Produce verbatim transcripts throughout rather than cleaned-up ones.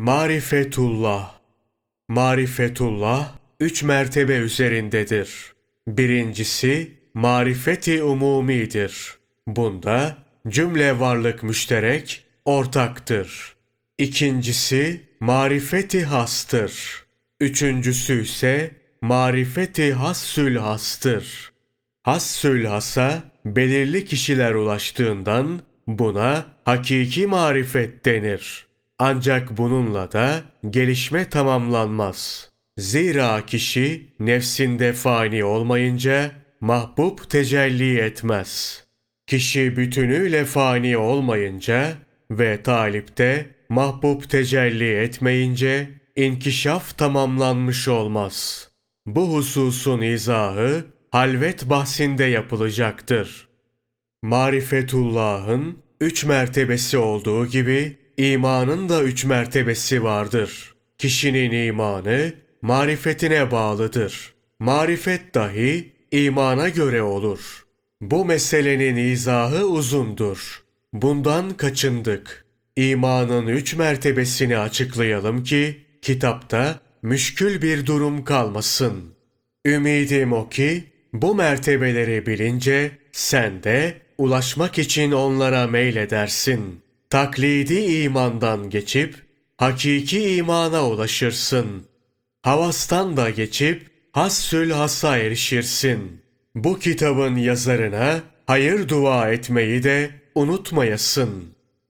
Marifetullah. Marifetullah üç mertebe üzerindedir. Birincisi marifeti umumidir. Bunda cümle varlık müşterek, ortaktır. İkincisi marifeti hastır. Üçüncüsü ise marifeti hassül hastır. Hassül hasa belirli kişiler ulaştığından buna hakiki marifet denir. Ancak bununla da gelişme tamamlanmaz. Zira kişi nefsinde fani olmayınca mahbub tecelli etmez. Kişi bütünüyle fani olmayınca ve talipte mahbub tecelli etmeyince inkişaf tamamlanmış olmaz. Bu hususun izahı halvet bahsinde yapılacaktır. Marifetullah'ın üç mertebesi olduğu gibi imanın da üç mertebesi vardır. Kişinin imanı marifetine bağlıdır. Marifet dahi imana göre olur. Bu meselenin izahı uzundur. Bundan kaçındık. İmanın üç mertebesini açıklayalım ki kitapta müşkül bir durum kalmasın. Ümidim o ki bu mertebeleri bilince sen de ulaşmak için onlara meyledersin. Taklidi imandan geçip hakiki imana ulaşırsın. Havastan da geçip hassül hassa erişirsin. Bu kitabın yazarına hayır dua etmeyi de unutmayasın.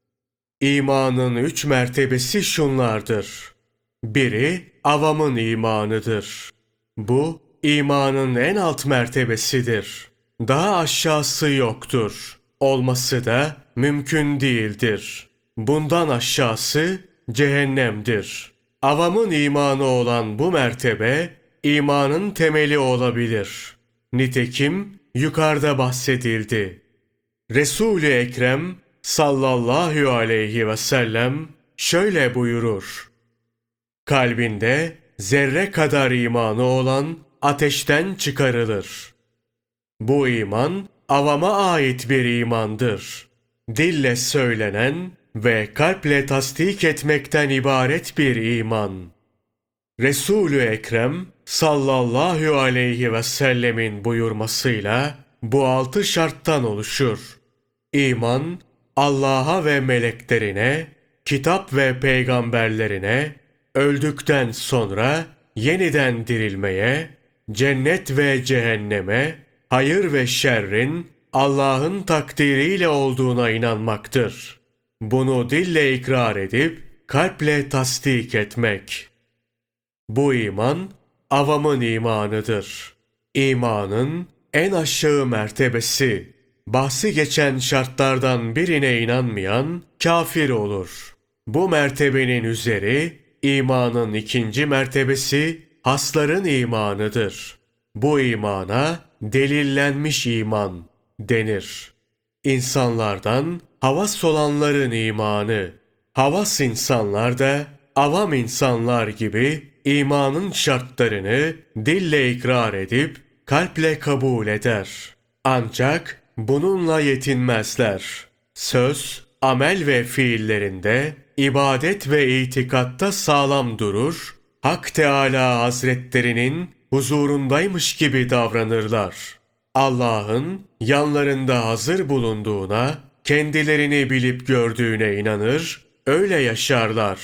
İmanın üç mertebesi şunlardır. Biri avamın imanıdır. Bu imanın en alt mertebesidir. Daha aşağısı yoktur. Olması da mümkün değildir. Bundan aşağısı cehennemdir. Avamın imanı olan bu mertebe imanın temeli olabilir. Nitekim yukarıda bahsedildi. Resul-i Ekrem sallallahu aleyhi ve sellem şöyle buyurur. Kalbinde zerre kadar imanı olan ateşten çıkarılır. Bu iman avama ait bir imandır. Dille söylenen ve kalple tasdik etmekten ibaret bir iman. Resul-ü Ekrem sallallahu aleyhi ve sellemin buyurmasıyla bu altı şarttan oluşur. İman, Allah'a ve meleklerine, kitap ve peygamberlerine, öldükten sonra yeniden dirilmeye, cennet ve cehenneme, hayır ve şerrin Allah'ın takdiriyle olduğuna inanmaktır. Bunu dille ikrar edip kalple tasdik etmek. Bu iman avamın imanıdır. İmanın en aşağı mertebesi, bahsi geçen şartlardan birine inanmayan kafir olur. Bu mertebenin üzeri imanın ikinci mertebesi hasların imanıdır. Bu imana delillenmiş iman denir. İnsanlardan havas olanların imanı, havas insanlar da avam insanlar gibi imanın şartlarını dille ikrar edip kalple kabul eder. Ancak bununla yetinmezler. Söz, amel ve fiillerinde, ibadet ve itikatta sağlam durur, Hak Teâlâ Hazretlerinin huzurundaymış gibi davranırlar. Allah'ın yanlarında hazır bulunduğuna, kendilerini bilip gördüğüne inanır, öyle yaşarlar.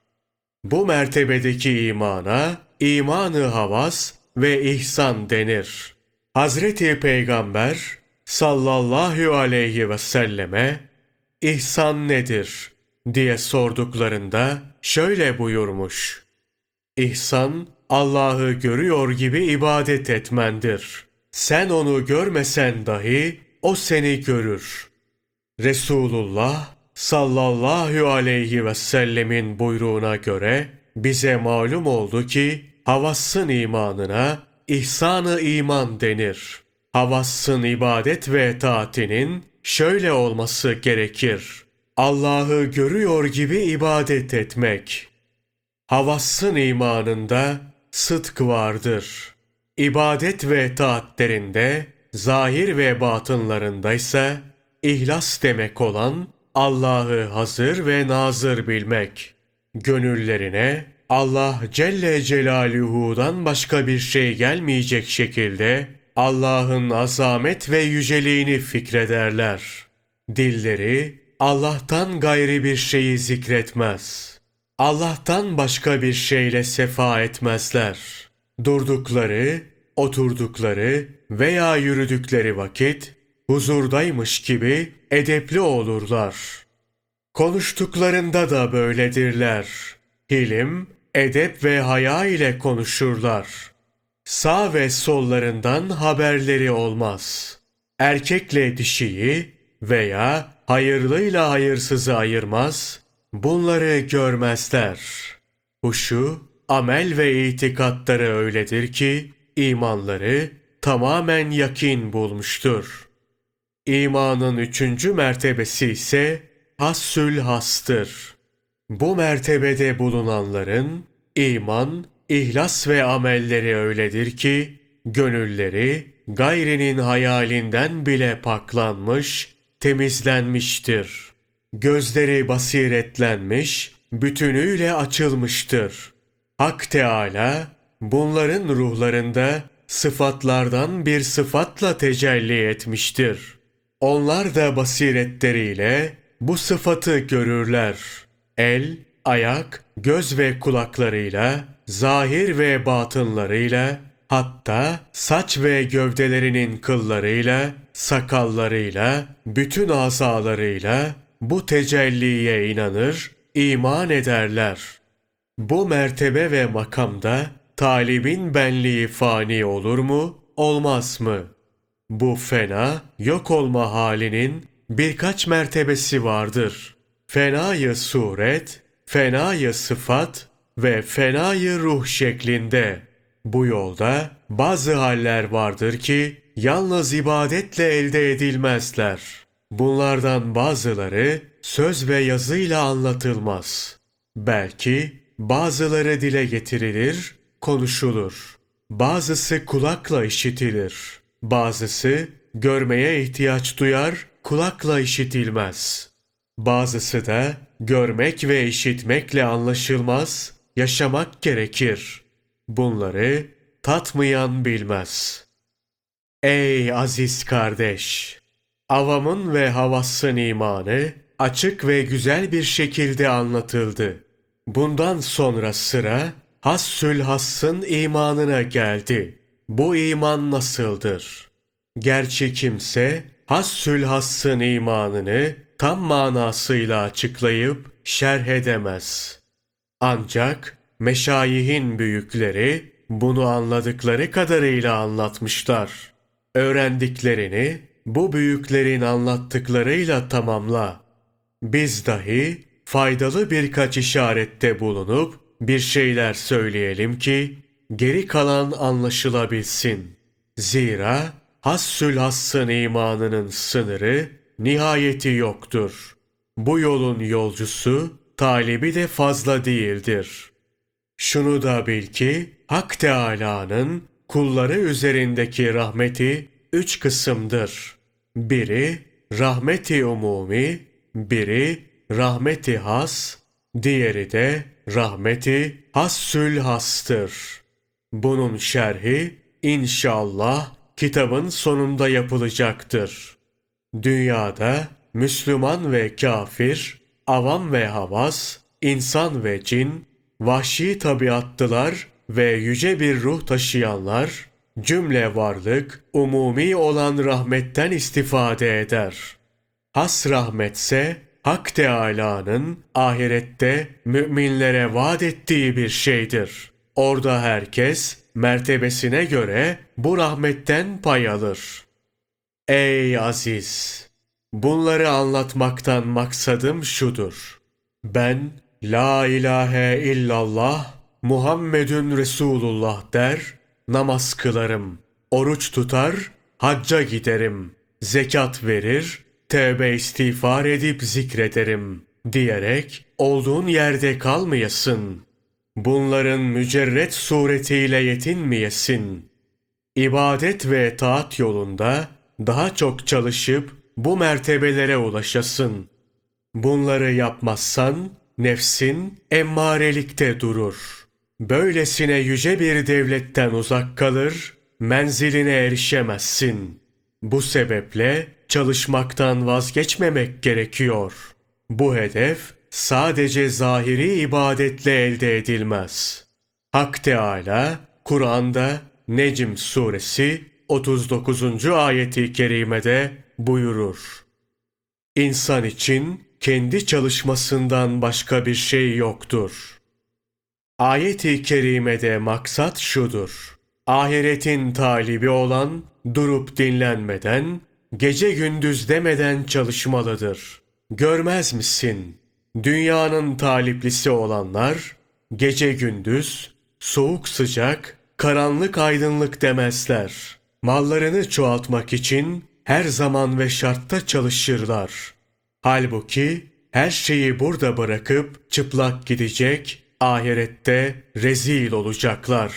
Bu mertebedeki imana, imanı havas ve ihsan denir. Hazreti Peygamber sallallahu aleyhi ve selleme ihsan nedir diye sorduklarında şöyle buyurmuş. İhsan, Allah'ı görüyor gibi ibadet etmendir. Sen onu görmesen dahi o seni görür. Resulullah sallallahu aleyhi ve sellemin buyruğuna göre bize malum oldu ki havassın imanına ihsan-ı iman denir. Havassın ibadet ve taatinin şöyle olması gerekir. Allah'ı görüyor gibi ibadet etmek. Havassın imanında sıdk vardır. İbadet ve taatlerinde, zahir ve batınlarındaysa ihlas demek olan Allah'ı hazır ve nazır bilmek. gönüllerine Allah Celle Celaluhu'dan başka bir şey gelmeyecek şekilde Allah'ın azamet ve yüceliğini fikrederler. Dilleri Allah'tan gayri bir şeyi zikretmez. Allah'tan başka bir şeyle sefa etmezler. Durdukları, oturdukları veya yürüdükleri vakit huzurdaymış gibi edepli olurlar. Konuştuklarında da böyledirler. Hilim, edep ve haya ile konuşurlar. Sağ ve sollarından haberleri olmaz. Erkekle dişiyi veya hayırlıyla hayırsızı ayırmaz, bunları görmezler. Huşu, amel ve itikatları öyledir ki, imanları tamamen yakin bulmuştur. İmanın üçüncü mertebesi ise hassül hastır. Bu mertebede bulunanların iman, ihlas ve amelleri öyledir ki, gönülleri gayrinin hayalinden bile paklanmış, temizlenmiştir. Gözleri basiretlenmiş, bütünüyle açılmıştır. Hak Teâlâ, bunların ruhlarında sıfatlardan bir sıfatla tecelli etmiştir. Onlar da basiretleriyle bu sıfatı görürler. El, ayak, göz ve kulaklarıyla, zahir ve batınlarıyla, hatta saç ve gövdelerinin kıllarıyla, sakallarıyla, bütün azalarıyla bu tecelliye inanır, iman ederler. Bu mertebe ve makamda talibin benliği fani olur mu, olmaz mı? Bu fena, yok olma halinin birkaç mertebesi vardır. Fenayı suret, fenayı sıfat ve fenayı ruh şeklinde. Bu yolda bazı haller vardır ki yalnız ibadetle elde edilmezler. Bunlardan bazıları söz ve yazıyla anlatılmaz. Belki bazıları dile getirilir, konuşulur. Bazısı kulakla işitilir. Bazısı görmeye ihtiyaç duyar, kulakla işitilmez. Bazısı da görmek ve işitmekle anlaşılmaz, yaşamak gerekir. Bunları tatmayan bilmez. Ey aziz kardeş! Avamın ve havassın imanı açık ve güzel bir şekilde anlatıldı. Bundan sonra sıra hassül hassın imanına geldi. Bu iman nasıldır? Gerçi kimse hassül hassın imanını tam manasıyla açıklayıp şerh edemez. Ancak meşayihin büyükleri bunu anladıkları kadarıyla anlatmışlar. Öğrendiklerini bu büyüklerin anlattıklarıyla tamamla. Biz dahi faydalı birkaç işarette bulunup bir şeyler söyleyelim ki geri kalan anlaşılabilsin. Zira hassül hassın imanının sınırı, nihayeti yoktur. Bu yolun yolcusu, talibi de fazla değildir. Şunu da bil ki, Hak Teâlâ'nın kulları üzerindeki rahmeti üç kısımdır. Biri rahmeti umumi, biri rahmeti has, diğeri de rahmeti hassül hastır. Bunun şerhi inşallah kitabın sonunda yapılacaktır. Dünyada Müslüman ve kafir, avam ve havas, insan ve cin, vahşi tabiatlılar ve yüce bir ruh taşıyanlar, cümle varlık, umumi olan rahmetten istifade eder. Has rahmetse, Hak Teâlâ'nın ahirette müminlere vaat ettiği bir şeydir. Orada herkes mertebesine göre bu rahmetten pay alır. Ey aziz! Bunları anlatmaktan maksadım şudur. Ben La ilahe illallah Muhammedun Resulullah der, namaz kılarım, oruç tutar, hacca giderim, zekat verir, tevbe istiğfar edip zikrederim diyerek olduğun yerde kalmayasın. Bunların mücerret suretiyle yetinmeyesin. İbadet ve taat yolunda daha çok çalışıp bu mertebelere ulaşasın. Bunları yapmazsan nefsin emmarelikte durur. Böylesine yüce bir devletten uzak kalır, menziline erişemezsin. Bu sebeple çalışmaktan vazgeçmemek gerekiyor. Bu hedef sadece zahiri ibadetle elde edilmez. Hak Teâlâ, Kur'an'da Necm suresi otuz dokuzuncu ayeti kerimede buyurur. İnsan için kendi çalışmasından başka bir şey yoktur. Ayet-i kerimede maksat şudur: ahiretin talibi olan durup dinlenmeden, gece gündüz demeden çalışmalıdır. Görmez misin? Dünyanın taliplisi olanlar gece gündüz, soğuk sıcak, karanlık aydınlık demezler. Mallarını çoğaltmak için her zaman ve şartta çalışırlar. Halbuki her şeyi burada bırakıp çıplak gidecek, ahirette rezil olacaklar.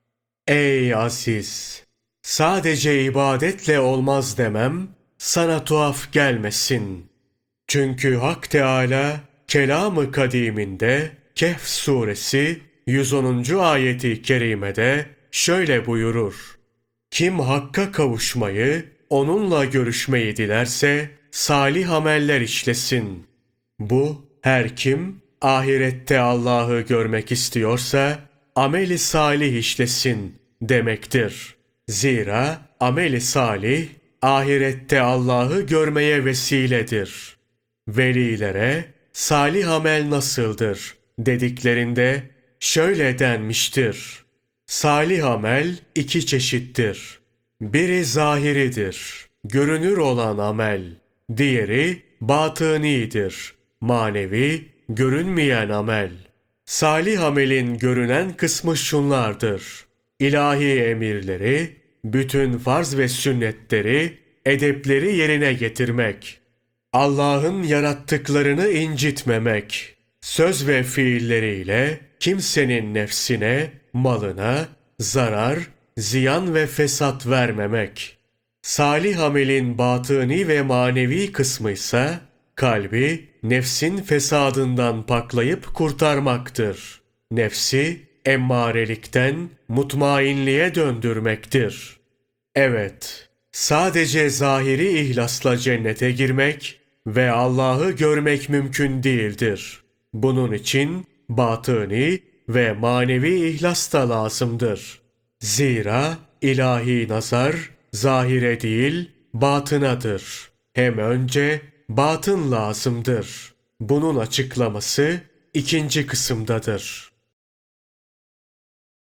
Ey aziz! Sadece ibadetle olmaz demem, sana tuhaf gelmesin. Çünkü Hak Teâlâ, Kelam-ı Kadîm'inde Kehf suresi yüz onuncu ayeti kerimede şöyle buyurur: kim Hakk'a kavuşmayı, onunla görüşmeyi dilerse, salih ameller işlesin. Bu, her kim ahirette Allah'ı görmek istiyorsa, ameli salih işlesin demektir. Zira ameli salih, ahirette Allah'ı görmeye vesiledir. Velilere, salih amel nasıldır dediklerinde, şöyle denmiştir: salih amel iki çeşittir. Biri zahiridir, görünür olan amel. Diğeri batınidir, manevi, görünmeyen amel. Salih amelin görünen kısmı şunlardır: İlahi emirleri, bütün farz ve sünnetleri, edepleri yerine getirmek. Allah'ın yarattıklarını incitmemek. Söz ve fiilleriyle kimsenin nefsine, malına zarar, ziyan ve fesat vermemek. Salih amelin batıni ve manevi kısmıysa kalbi nefsin fesadından paklayıp kurtarmaktır. Nefsi emmarelikten mutmainliğe döndürmektir. Evet, sadece zahiri ihlasla cennete girmek ve Allah'ı görmek mümkün değildir. Bunun için batıni ve manevi ihlas da lazımdır. Zira ilahi nazar zahire değil batınadır. Hem önce batın lazımdır. Bunun açıklaması ikinci kısımdadır.